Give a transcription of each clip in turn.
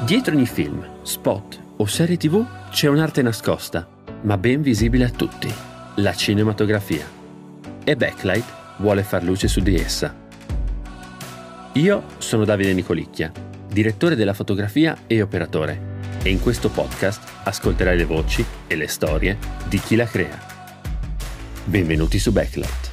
Dietro ogni film, spot o serie TV c'è un'arte nascosta, ma ben visibile a tutti, la cinematografia. E Backlight vuole far luce su di essa. Io sono Davide Nicolicchia, direttore della fotografia e operatore, e in questo podcast ascolterai le voci e le storie di chi la crea. Benvenuti su Backlight.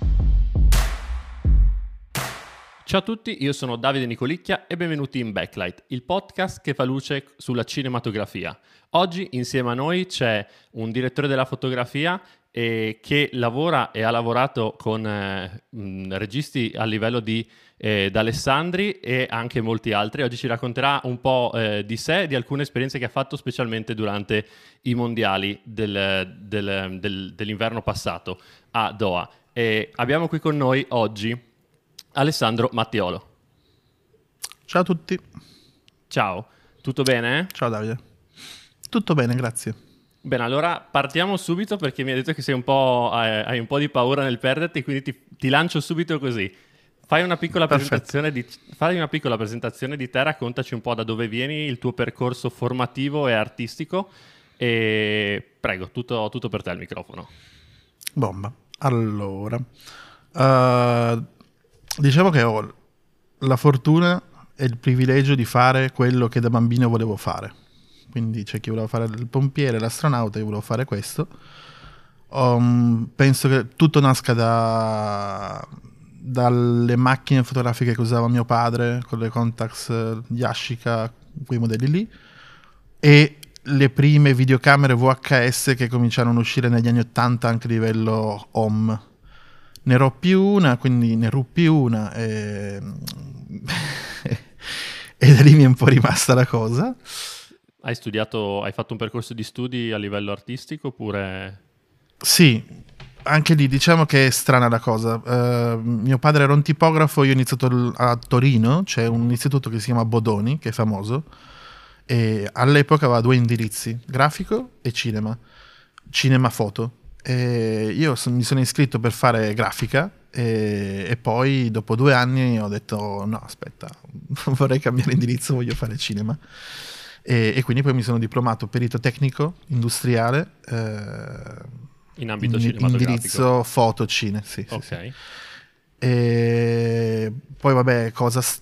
Ciao a tutti, io sono Davide Nicolicchia e benvenuti in Backlight, il podcast che fa luce sulla cinematografia. Oggi insieme a noi c'è un direttore della fotografia che lavora e ha lavorato con registi a livello di D'Alessandri e anche molti altri. Oggi ci racconterà un po' di sé, di alcune esperienze che ha fatto specialmente durante i mondiali dell'inverno passato a Doha. E abbiamo qui con noi oggi Alessandro Mattiolo. Ciao a tutti. Ciao, tutto bene? Ciao Davide. Tutto bene, grazie. Bene, allora partiamo subito perché mi hai detto che sei hai un po' di paura nel perderti, quindi ti lancio subito così. Fai una piccola presentazione di te, raccontaci un po' da dove vieni, il tuo percorso formativo e artistico e prego, tutto per te il microfono. Bomba. Allora, diciamo che ho la fortuna e il privilegio di fare quello che da bambino volevo fare. Quindi c'è chi voleva fare il pompiere, l'astronauta, io volevo fare questo. Penso che tutto nasca dalle macchine fotografiche che usava mio padre, con le Contax Yashica, quei modelli lì, e le prime videocamere VHS che cominciarono a uscire negli anni 80 anche a livello home. Ne ruppi una e da lì mi è un po' rimasta la cosa. Hai fatto un percorso di studi a livello artistico oppure? Sì, anche lì diciamo che è strana la cosa. Mio padre era un tipografo, io ho iniziato a Torino, c'è un istituto che si chiama Bodoni, che è famoso, e all'epoca aveva due indirizzi, grafico e cinema foto. E io mi sono iscritto per fare grafica e poi dopo 2 anni ho detto no, aspetta, vorrei cambiare indirizzo, voglio fare cinema. E quindi poi mi sono diplomato perito tecnico industriale in ambito cinematografico, indirizzo foto cine, sì, ok. sì. E poi vabbè,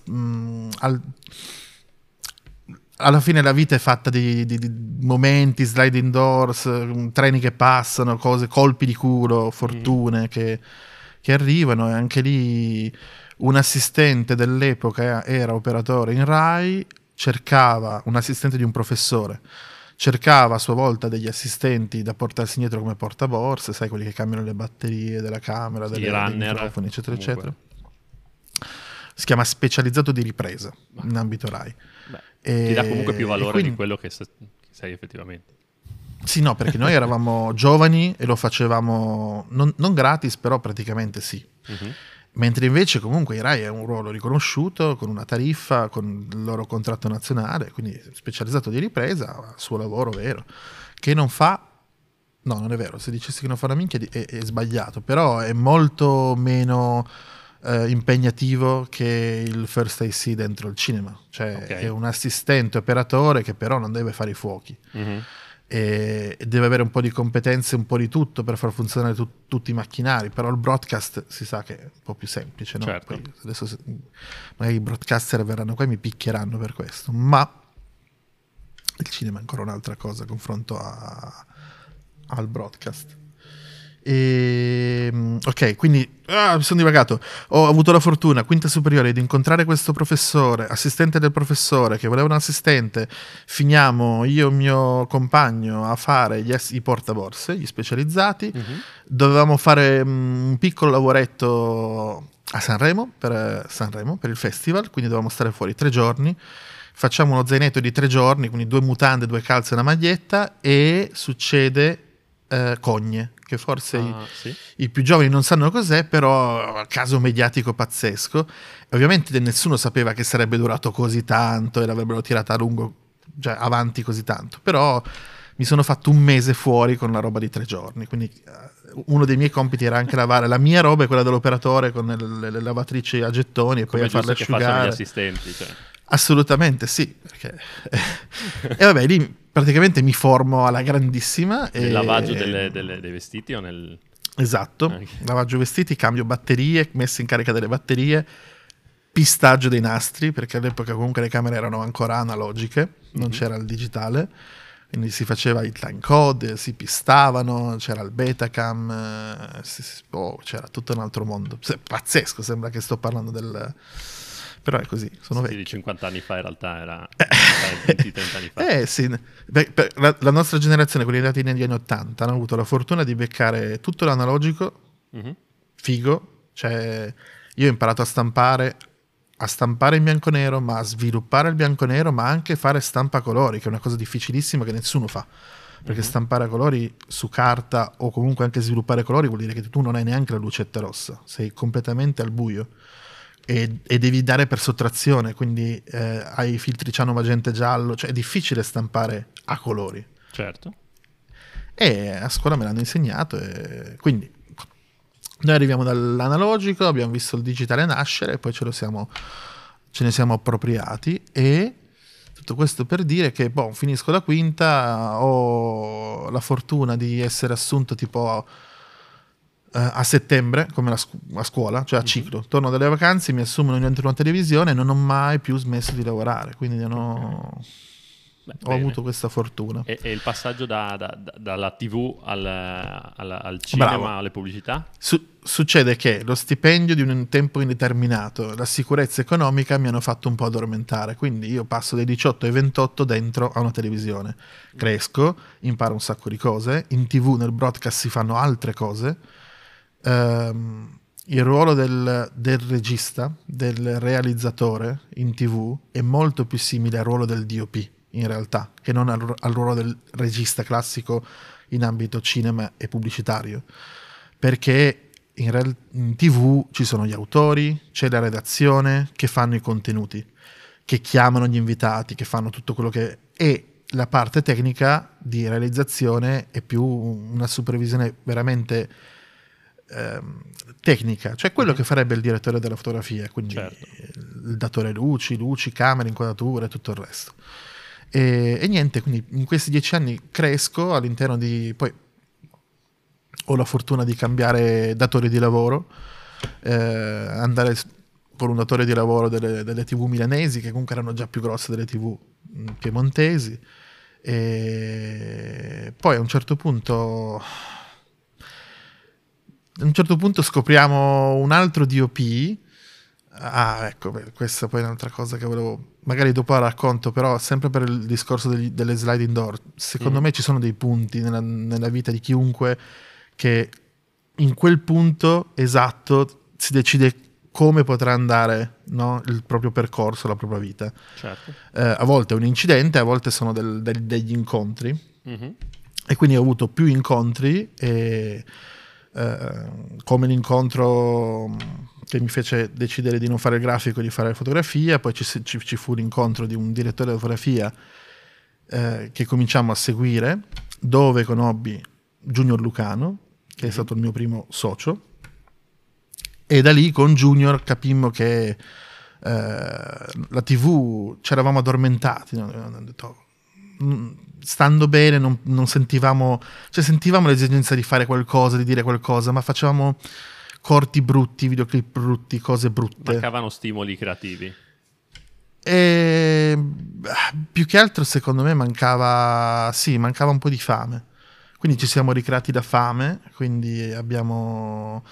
alla fine la vita è fatta di momenti, sliding doors, treni che passano, cose, colpi di culo, fortune che arrivano, e anche lì un assistente dell'epoca era operatore in Rai, cercava un assistente di un professore, cercava a sua volta degli assistenti da portarsi indietro come portaborse, sai, quelli che cambiano le batterie della camera, dei microfoni, eccetera, comunque, eccetera. Si chiama specializzato di ripresa in ambito Rai. Ti dà comunque più valore quindi di quello che sei effettivamente. Sì, no, perché noi eravamo giovani e lo facevamo non gratis, però praticamente sì. Uh-huh. Mentre invece comunque i Rai è un ruolo riconosciuto, con una tariffa, con il loro contratto nazionale, quindi specializzato di ripresa, suo lavoro vero, che non fa... No, non è vero, se dicessi che non fa una minchia è sbagliato, però è molto meno... impegnativo che il first AC dentro il cinema, cioè okay. È un assistente operatore che però non deve fare i fuochi, e deve avere un po' di competenze, un po' di tutto per far funzionare tutti i macchinari, però il broadcast si sa che è un po' più semplice, no? Certo. Poi adesso magari i broadcaster verranno qua e mi picchieranno per questo, ma il cinema è ancora un'altra cosa confronto al broadcast. Ok, quindi mi sono divagato. Ho avuto la fortuna, quinta superiore, di incontrare questo professore, assistente del professore, che voleva un assistente. Finiamo io e il mio compagno a fare i portaborse, gli specializzati. Dovevamo fare un piccolo lavoretto a Sanremo per il festival, quindi dovevamo stare fuori 3 giorni. Facciamo uno zainetto di 3 giorni, quindi 2 mutande, 2 calze e una maglietta, e succede Cogne, che forse sì. I più giovani non sanno cos'è, però caso mediatico pazzesco. E ovviamente nessuno sapeva che sarebbe durato così tanto e l'avrebbero tirata a lungo, cioè avanti così tanto, però mi sono fatto 1 mese fuori con la roba di 3 giorni, quindi uno dei miei compiti era anche lavare la mia roba e quella dell'operatore con le lavatrici a gettoni e come poi a farle asciugare. Come gli assistenti, cioè. Assolutamente sì, perché e vabbè, lì praticamente mi formo alla grandissima. Nel lavaggio dei vestiti o nel... Esatto, Okay. lavaggio vestiti, cambio batterie, messa in carica delle batterie, pistaggio dei nastri, perché all'epoca comunque le camere erano ancora analogiche, non c'era il digitale, quindi si faceva il timecode, si pistavano, c'era il Betacam, c'era tutto un altro mondo. Pazzesco, sembra che sto parlando del... Però è così, sono Sì, vecchio. di 50 anni fa in realtà era 20-30 anni fa. Sì. Beh, la nostra generazione, quelli nati negli anni 80, hanno avuto la fortuna di beccare tutto l'analogico, Mhm. figo, cioè io ho imparato a stampare in bianco e nero, ma a sviluppare il bianco e nero, ma anche fare stampa a colori, che è una cosa difficilissima che nessuno fa, perché stampare a colori su carta o comunque anche sviluppare colori vuol dire che tu non hai neanche la lucetta rossa, sei completamente al buio e devi dare per sottrazione, quindi hai filtri ciano, magenta e giallo, cioè è difficile stampare a colori. Certo. E a scuola me l'hanno insegnato e quindi noi arriviamo dall'analogico, abbiamo visto il digitale nascere e poi ce ne siamo appropriati e tutto questo per dire che finisco la quinta, ho la fortuna di essere assunto tipo a settembre come a scuola, cioè a ciclo, torno dalle vacanze, mi assumono dentro una televisione e non ho mai più smesso di lavorare, quindi ho Bene. avuto questa fortuna. E il passaggio dalla TV al cinema, Bravo. alle pubblicità? Succede che lo stipendio di un tempo indeterminato, la sicurezza economica mi hanno fatto un po' addormentare, quindi io passo dai 18 ai 28 dentro a una televisione, cresco, imparo un sacco di cose, in TV nel broadcast si fanno altre cose, il ruolo del regista, del realizzatore in TV è molto più simile al ruolo del DOP in realtà, che non al ruolo del regista classico in ambito cinema e pubblicitario, perché in TV ci sono gli autori, c'è la redazione che fanno i contenuti, che chiamano gli invitati, che fanno tutto quello che è, la parte tecnica di realizzazione è più una supervisione veramente tecnica, cioè quello che farebbe il direttore della fotografia, quindi Certo. il datore luci, camere, inquadrature e tutto il resto. E niente, quindi in questi 10 anni cresco all'interno di... Poi ho la fortuna di cambiare datore di lavoro, andare con un datore di lavoro delle TV milanesi, che comunque erano già più grosse delle TV piemontesi, e poi a un certo punto scopriamo un altro DOP. Ecco, questa poi è un'altra cosa che volevo, magari dopo la racconto, però sempre per il discorso delle sliding door, secondo me ci sono dei punti nella vita di chiunque che in quel punto esatto si decide come potrà andare, no? Il proprio percorso, la propria vita. Certo. A volte è un incidente, a volte sono degli incontri, Mhm. e quindi ho avuto più incontri e come l'incontro che mi fece decidere di non fare il grafico e di fare la fotografia, poi ci fu l'incontro di un direttore di fotografia che cominciamo a seguire, dove conobbi Junior Lucano, che è stato il mio primo socio, e da lì con Junior capimmo che la TV c'eravamo addormentati, no? Ho detto, stando bene non sentivamo, cioè sentivamo l'esigenza di fare qualcosa, di dire qualcosa, ma facevamo corti brutti, videoclip brutti, cose brutte. Mancavano stimoli creativi. E più che altro secondo me mancava un po' di fame, quindi ci siamo ricreati da fame, quindi abbiamo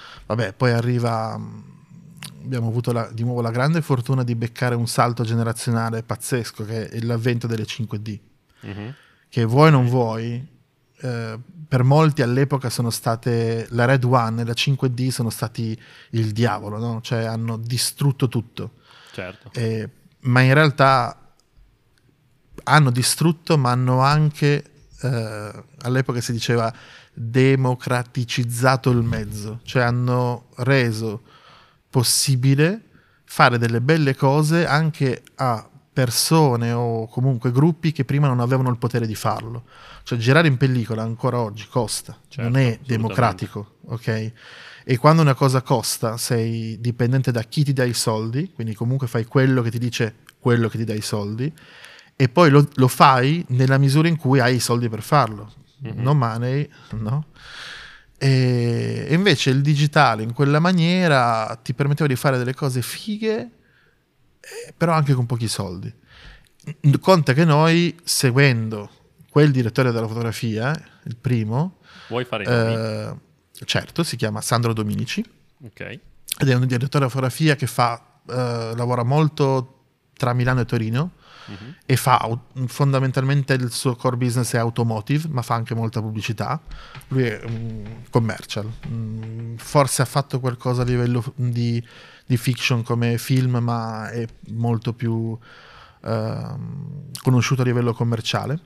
avuto di nuovo la grande fortuna di beccare un salto generazionale pazzesco, che è l'avvento delle 5D. Mhm. Che vuoi o non vuoi, per molti all'epoca sono state la Red One e la 5D sono stati il diavolo, no? Cioè hanno distrutto tutto. Certo. Ma in realtà hanno distrutto, ma hanno anche all'epoca si diceva democraticizzato il mezzo, cioè hanno reso possibile fare delle belle cose anche a persone o comunque gruppi che prima non avevano il potere di farlo. Cioè girare in pellicola ancora oggi costa, Certo, non è assolutamente. democratico, ok? E quando una cosa costa sei dipendente da chi ti dà i soldi, quindi comunque fai quello che ti dice quello che ti dà i soldi, e poi lo fai nella misura in cui hai i soldi per farlo. No money, no? E invece il digitale in quella maniera ti permetteva di fare delle cose fighe, però anche con pochi soldi. Conta che noi, seguendo quel direttore della fotografia, il primo, vuoi fare i nomi? Certo, si chiama Sandro Dominici, Ok. ed è un direttore della fotografia che lavora molto tra Milano e Torino, e fa fondamentalmente il suo core business è automotive, ma fa anche molta pubblicità. Lui è un commercial, forse ha fatto qualcosa a livello di fiction come film, ma è molto più conosciuto a livello commerciale.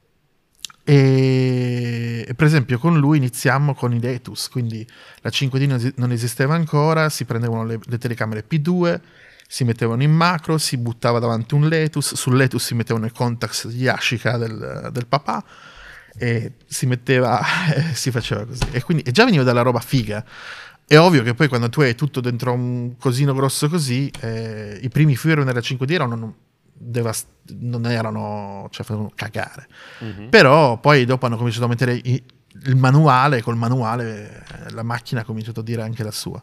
E per esempio con lui iniziamo con i Letus, quindi la 5D non esisteva ancora, si prendevano le telecamere P2, si mettevano in macro, si buttava davanti un Letus, sul Letus si mettevano i Contax Yashica del papà, e si metteva si faceva così, e già veniva dalla roba figa. È ovvio che poi quando tu hai tutto dentro un cosino grosso così, i primi film nella 5D non erano, cioè facevano cagare. Però poi dopo hanno cominciato a mettere il manuale, col manuale la macchina ha cominciato a dire anche la sua.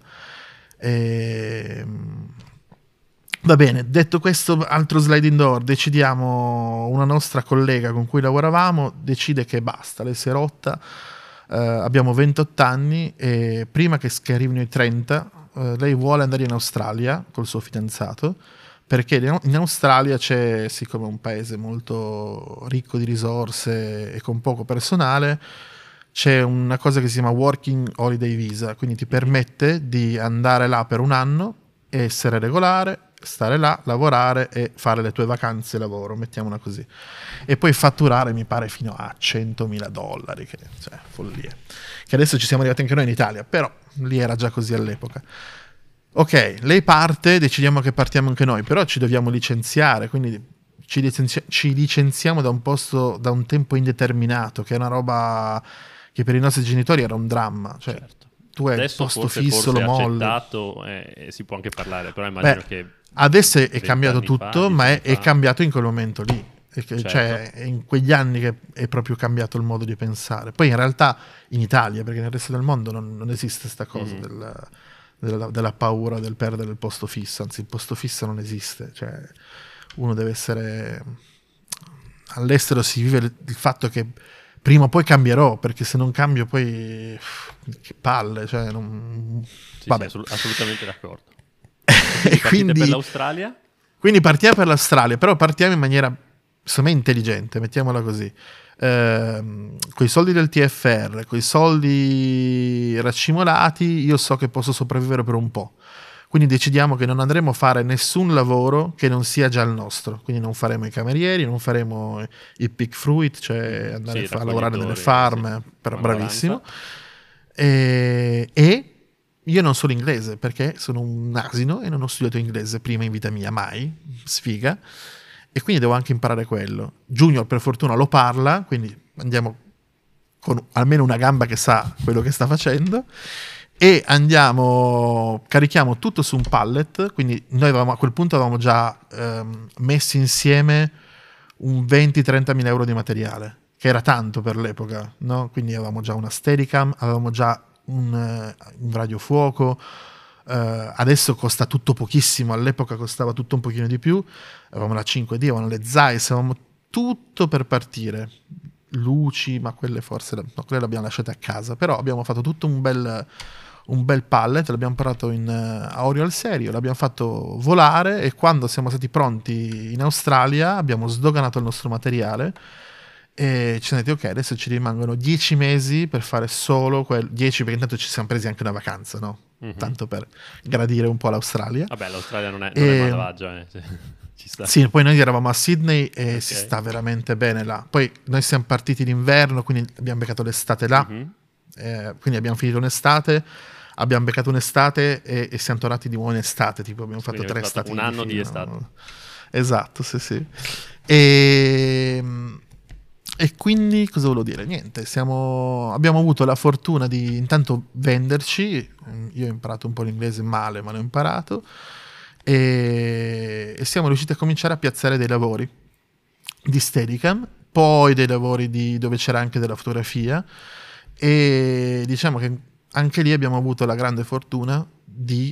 Va bene, detto questo, altro slide indoor, decidiamo, una nostra collega con cui lavoravamo decide che basta, lei si è rotta, abbiamo 28 anni e prima che arrivino i 30 lei vuole andare in Australia col suo fidanzato, perché in Australia c'è, siccome è un paese molto ricco di risorse e con poco personale, c'è una cosa che si chiama Working Holiday Visa, quindi ti permette di andare là per un anno, essere regolare, stare là, lavorare e fare le tue vacanze lavoro, mettiamola così, e poi fatturare mi pare fino a $100.000, che cioè follia, che adesso ci siamo arrivati anche noi in Italia, però lì era già così all'epoca. Ok, lei parte, decidiamo che partiamo anche noi, però ci dobbiamo licenziare, quindi ci licenziamo da un posto, da un tempo indeterminato, che è una roba che per i nostri genitori era un dramma, cioè certo. tu hai il posto fisso, lo molli. Accettato, si può anche parlare, però immagino che adesso è cambiato tutto, fa, ma è cambiato in quel momento lì. Certo. Cioè è in quegli anni che è proprio cambiato il modo di pensare. Poi in realtà in Italia, perché nel resto del mondo non esiste questa cosa della paura del perdere il posto fisso, anzi il posto fisso non esiste, cioè uno deve essere all'estero, si vive il fatto che prima o poi cambierò, perché se non cambio poi che palle, cioè vabbè. Sì, assolutamente d'accordo. E quindi per l'Australia? Quindi partiamo per l'Australia, però partiamo in maniera secondo me intelligente, mettiamola così. Coi soldi del TFR, coi soldi raccimolati, io so che posso sopravvivere per un po'. Quindi decidiamo che non andremo a fare nessun lavoro che non sia già il nostro. Quindi non faremo i camerieri, non faremo i pick fruit, cioè andare a lavorare nelle farm, però bravissimo. E io non sono inglese perché sono un asino e non ho studiato inglese prima in vita mia, mai, sfiga. E quindi devo anche imparare quello. Junior per fortuna lo parla, quindi andiamo con almeno una gamba che sa quello che sta facendo, e carichiamo tutto su un pallet, quindi noi a quel punto avevamo già messi insieme un 20-30 mila euro di materiale, che era tanto per l'epoca, no? Quindi avevamo già una Steadicam, avevamo già un radiofuoco. Adesso costa tutto pochissimo, all'epoca costava tutto un pochino di più, avevamo la 5D, avevamo le Zeiss, avevamo tutto per partire, luci, ma quelle forse quelle le abbiamo lasciate a casa, però abbiamo fatto tutto un bel pallet, l'abbiamo portato a Oriol Serio, l'abbiamo fatto volare, e quando siamo stati pronti in Australia abbiamo sdoganato il nostro materiale e ci siamo detti ok, adesso ci rimangono 10 mesi per fare solo 10, perché intanto ci siamo presi anche una vacanza, no? Tanto per gradire un po' l'Australia. Vabbè, l'Australia non è malvagia, ci sta. Sì, poi noi eravamo a Sydney e si sta veramente bene là. Poi noi siamo partiti d'inverno, quindi abbiamo beccato l'estate là, quindi abbiamo finito un'estate, abbiamo beccato un'estate e siamo tornati di nuovo in estate, tipo abbiamo fatto 3 estati. Un anno di estate. Esatto, sì. E E quindi cosa volevo dire? Niente, abbiamo avuto la fortuna di intanto venderci. Io ho imparato un po' l'inglese male, ma l'ho imparato, e siamo riusciti a cominciare a piazzare dei lavori di Steadicam, poi dei lavori dove c'era anche della fotografia, e diciamo che anche lì abbiamo avuto la grande fortuna di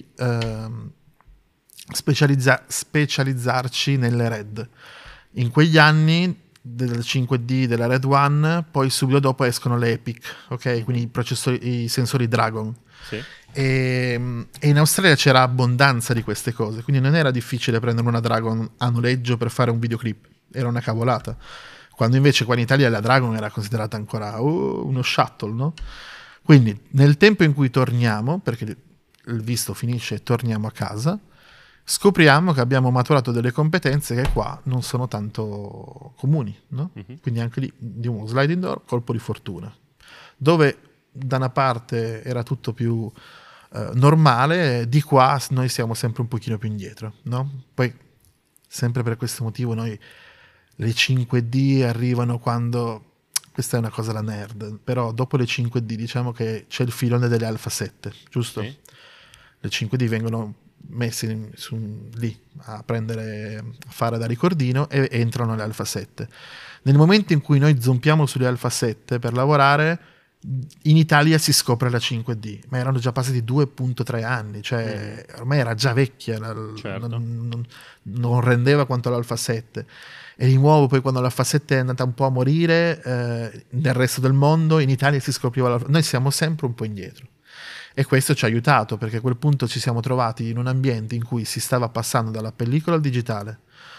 specializzarci nelle RED. In quegli anni del 5D della Red One, poi subito dopo escono le Epic, ok? Quindi i sensori Dragon. Sì. E in Australia c'era abbondanza di queste cose, quindi non era difficile prendere una Dragon a noleggio per fare un videoclip, era una cavolata. Quando invece qua in Italia la Dragon era considerata ancora uno shuttle, no? Quindi nel tempo in cui torniamo, perché il visto finisce e torniamo a casa, scopriamo che abbiamo maturato delle competenze che qua non sono tanto comuni, no? Quindi anche lì di un sliding door, colpo di fortuna. Dove da una parte era tutto più normale, di qua noi siamo sempre un pochino più indietro, no? Poi sempre per questo motivo noi le 5D arrivano quando... Questa è una cosa da nerd, però dopo le 5D diciamo che c'è il filone delle Alpha 7, giusto? Sì. Le 5D vengono messi lì a fare da ricordino e entrano le Alpha 7. Nel momento in cui noi zompiamo sulle Alpha 7 per lavorare, in Italia si scopre la 5D, ma erano già passati 2.3 anni, cioè ormai era già vecchia, Certo. non rendeva quanto l'Alpha 7. E di nuovo poi quando l'Alpha 7 è andata un po' a morire nel resto del mondo, in Italia si scopriva noi siamo sempre un po' indietro. E questo ci ha aiutato, perché a quel punto ci siamo trovati in un ambiente in cui si stava passando dalla pellicola al digitale.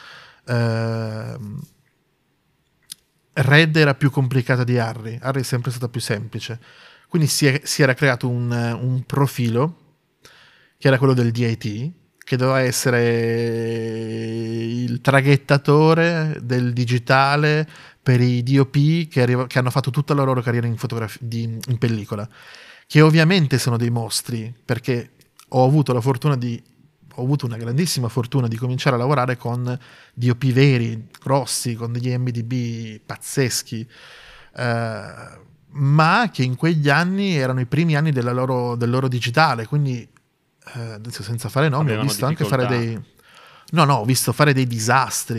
Red era più complicata di Harry è sempre stata più semplice. Quindi si era creato un profilo, che era quello del DIT, che doveva essere il traghettatore del digitale per i DOP che hanno fatto tutta la loro carriera in pellicola. Che ovviamente sono dei mostri, perché ho avuto una grandissima fortuna di cominciare a lavorare con DOP veri, grossi, con degli MDB pazzeschi, ma che in quegli anni erano i primi anni del loro digitale, quindi adesso senza fare nomi ho visto anche fare ho visto fare dei disastri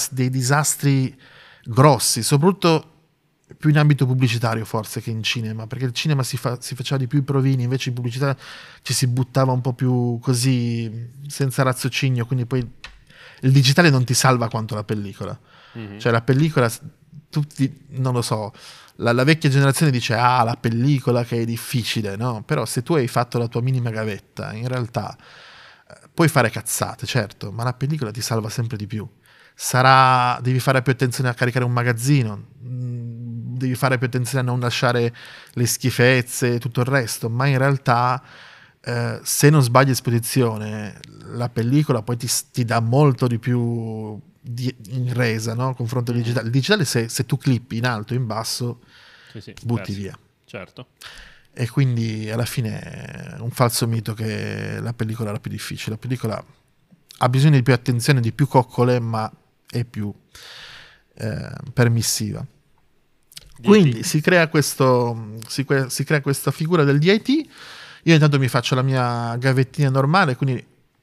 grossi, soprattutto più in ambito pubblicitario forse che in cinema, perché il cinema si faceva di più i provini, invece in pubblicità ci si buttava un po' più così senza raziocinio, quindi poi il digitale non ti salva quanto la pellicola. Cioè la pellicola tutti, non lo so, la vecchia generazione dice la pellicola che è difficile, no? Però se tu hai fatto la tua minima gavetta, in realtà puoi fare cazzate, certo, ma la pellicola ti salva sempre di più. Devi fare più attenzione a caricare un magazzino, devi fare più attenzione a non lasciare le schifezze e tutto il resto, ma in realtà se non sbagli esposizione, la pellicola poi ti dà molto di più in resa, no? Confronto al digitale. Il digitale se tu clippi in alto o in basso butti via. Certo. E quindi alla fine è un falso mito che la pellicola è la più difficile. La pellicola ha bisogno di più attenzione, di più coccole, ma è più permissiva. Quindi si crea questa figura del DIT. Io intanto mi faccio la mia gavettina normale, quindi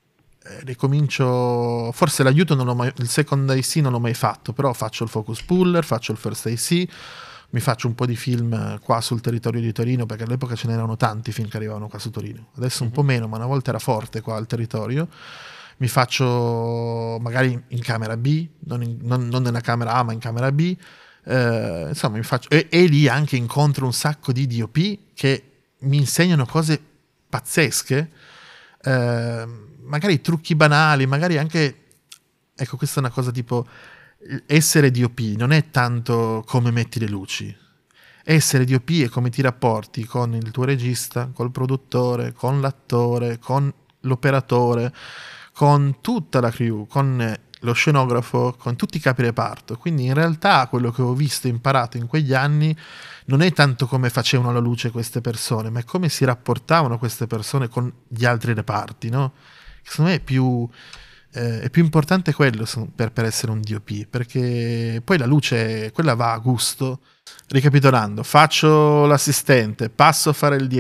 ricomincio. Forse l'aiuto il second IC non l'ho mai fatto, però faccio il focus puller, faccio il first IC, mi faccio un po' di film qua sul territorio di Torino, perché all'epoca ce n'erano tanti film che arrivavano qua su Torino, adesso un po' meno, ma una volta era forte qua al territorio. Mi faccio magari in camera B, non nella camera A ma in camera B, insomma mi faccio, e lì anche incontro un sacco di DOP che mi insegnano cose pazzesche, magari trucchi banali, magari anche, ecco, questa è una cosa tipo, essere DOP non è tanto come metti le luci, essere DOP è come ti rapporti con il tuo regista, col produttore, con l'attore, con l'operatore, con tutta la crew, con lo scenografo, con tutti i capi reparto. Quindi in realtà quello che ho visto e imparato in quegli anni non è tanto come facevano la luce queste persone, ma è come si rapportavano queste persone con gli altri reparti, no? Secondo me è più è più importante quello per essere un DOP, perché poi la luce, quella va a gusto. Ricapitolando, faccio l'assistente, passo a fare il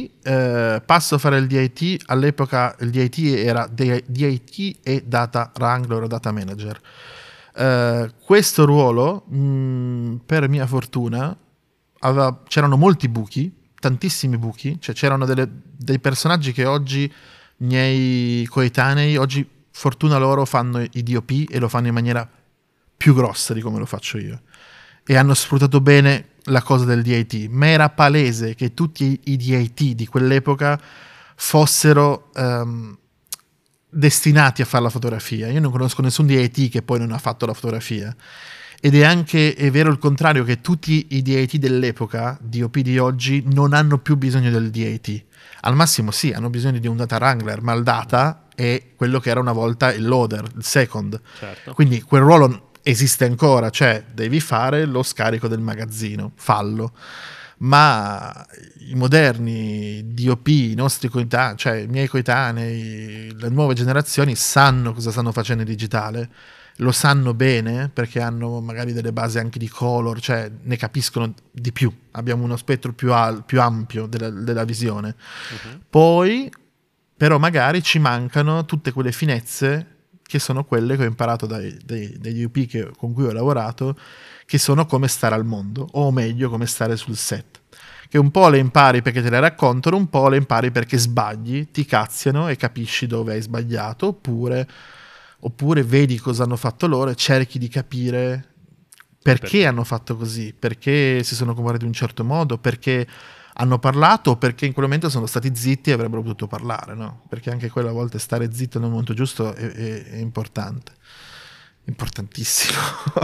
DIT, all'epoca il DIT era DIT e Data Wrangler o Data Manager. Questo ruolo, per mia fortuna, c'erano molti buchi, tantissimi buchi, cioè c'erano dei personaggi che oggi, miei coetanei, oggi fortuna loro fanno i DOP e lo fanno in maniera più grossa di come lo faccio io. E hanno sfruttato bene la cosa del DIT, ma era palese che tutti i DIT di quell'epoca fossero destinati a fare la fotografia. Io non conosco nessun DIT che poi non ha fatto la fotografia. Ed è vero il contrario, che tutti i DIT dell'epoca, DOP di oggi, non hanno più bisogno del DIT. Al massimo sì, hanno bisogno di un data wrangler, ma il data è quello che era una volta il loader, il second. Certo. Quindi quel ruolo esiste ancora, cioè devi fare lo scarico del magazzino, fallo. Ma i moderni DOP, i nostri coetanei, cioè i miei coetanei, le nuove generazioni sanno cosa stanno facendo in digitale, lo sanno bene perché hanno magari delle basi anche di color, cioè ne capiscono di più, abbiamo uno spettro più ampio della visione. Poi però magari ci mancano tutte quelle finezze che sono quelle che ho imparato dai DOP con cui ho lavorato, che sono come stare al mondo, o meglio come stare sul set, che un po' le impari perché te le raccontano, un po' le impari perché sbagli, ti cazziano e capisci dove hai sbagliato, oppure vedi cosa hanno fatto loro e cerchi di capire perché hanno fatto così, perché si sono comportati in un certo modo, perché hanno parlato o perché in quel momento sono stati zitti e avrebbero potuto parlare, no? Perché anche quella volta stare zitto nel momento giusto è importante, importantissimo.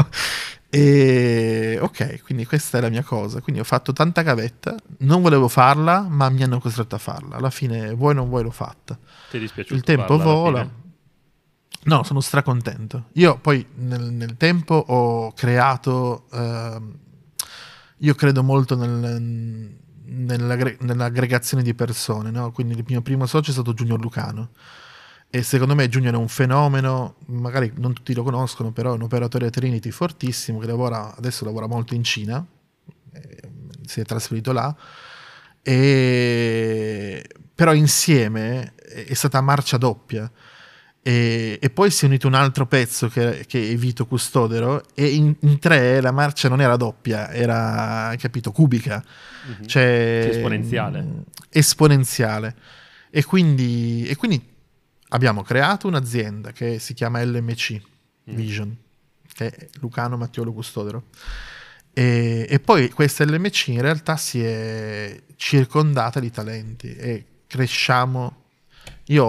E ok, quindi questa è la mia cosa. Quindi ho fatto tanta gavetta, non volevo farla, ma mi hanno costretto a farla. Alla fine, vuoi o non vuoi, l'ho fatta. Ti è dispiaciuto Il tempo farla vola. No, sono stracontento. Io poi nel tempo ho creato, io credo molto nell'aggregazione di persone, no? Quindi il mio primo socio è stato Junior Lucano e secondo me Junior è un fenomeno, magari non tutti lo conoscono, però è un operatore Trinity fortissimo che adesso lavora molto in Cina, si è trasferito là, però insieme è stata marcia doppia. E poi si è unito un altro pezzo che è Vito Custodero, e in tre la marcia non era doppia, era, capito, cubica, cioè esponenziale. E quindi abbiamo creato un'azienda che si chiama LMC Vision, che è Lucano Mattiolo Custodero, e poi questa LMC in realtà si è circondata di talenti e cresciamo. Io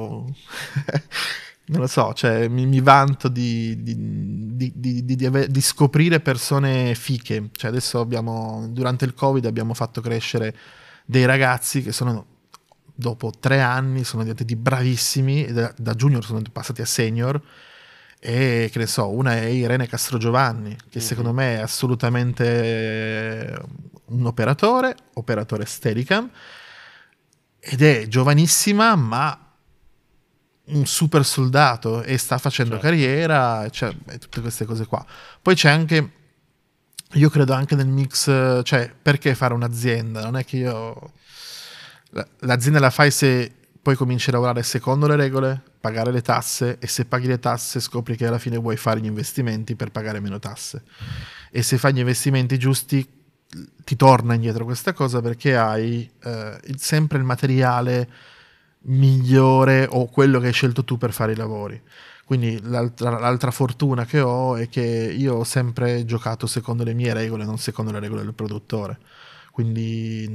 non lo so, cioè mi vanto di scoprire persone fiche. Cioè adesso durante il Covid abbiamo fatto crescere dei ragazzi che dopo 3 anni sono diventati bravissimi, e da junior sono passati a senior, e che ne so, una è Irene Castrogiovanni, che secondo me è assolutamente un operatore Steadicam, ed è giovanissima ma un super soldato e sta facendo carriera, cioè, e tutte queste cose qua. Poi c'è anche, io credo anche nel mix, cioè perché fare un'azienda? Non è che l'azienda la fai se poi cominci a lavorare secondo le regole, pagare le tasse, e se paghi le tasse scopri che alla fine vuoi fare gli investimenti per pagare meno tasse, e se fai gli investimenti giusti ti torna indietro questa cosa perché hai sempre il materiale migliore o quello che hai scelto tu per fare i lavori. Quindi l'altra fortuna che ho è che io ho sempre giocato secondo le mie regole, non secondo le regole del produttore, quindi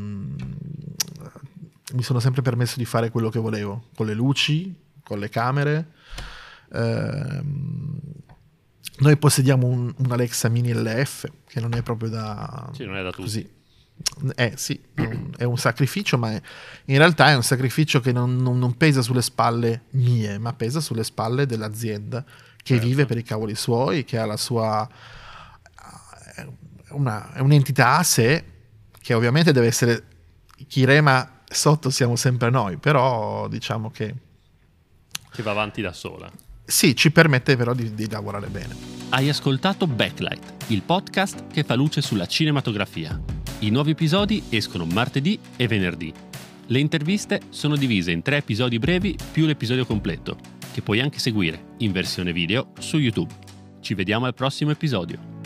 mi sono sempre permesso di fare quello che volevo, con le luci, con le camere. Noi possediamo un Alexa Mini LF che non è proprio da... Sì, non è da tutti. Così. Sì, è un sacrificio, ma in realtà è un sacrificio che non pesa sulle spalle mie, ma pesa sulle spalle dell'azienda che vive per i cavoli suoi, che ha la sua... è un'entità a sé, che ovviamente deve essere... Chi rema sotto siamo sempre noi, però diciamo che Che va avanti da sola. Sì, ci permette però di lavorare bene. Hai ascoltato Backlight, il podcast che fa luce sulla cinematografia. I nuovi episodi escono martedì e venerdì. Le interviste sono divise in 3 episodi brevi più l'episodio completo, che puoi anche seguire in versione video su YouTube. Ci vediamo al prossimo episodio.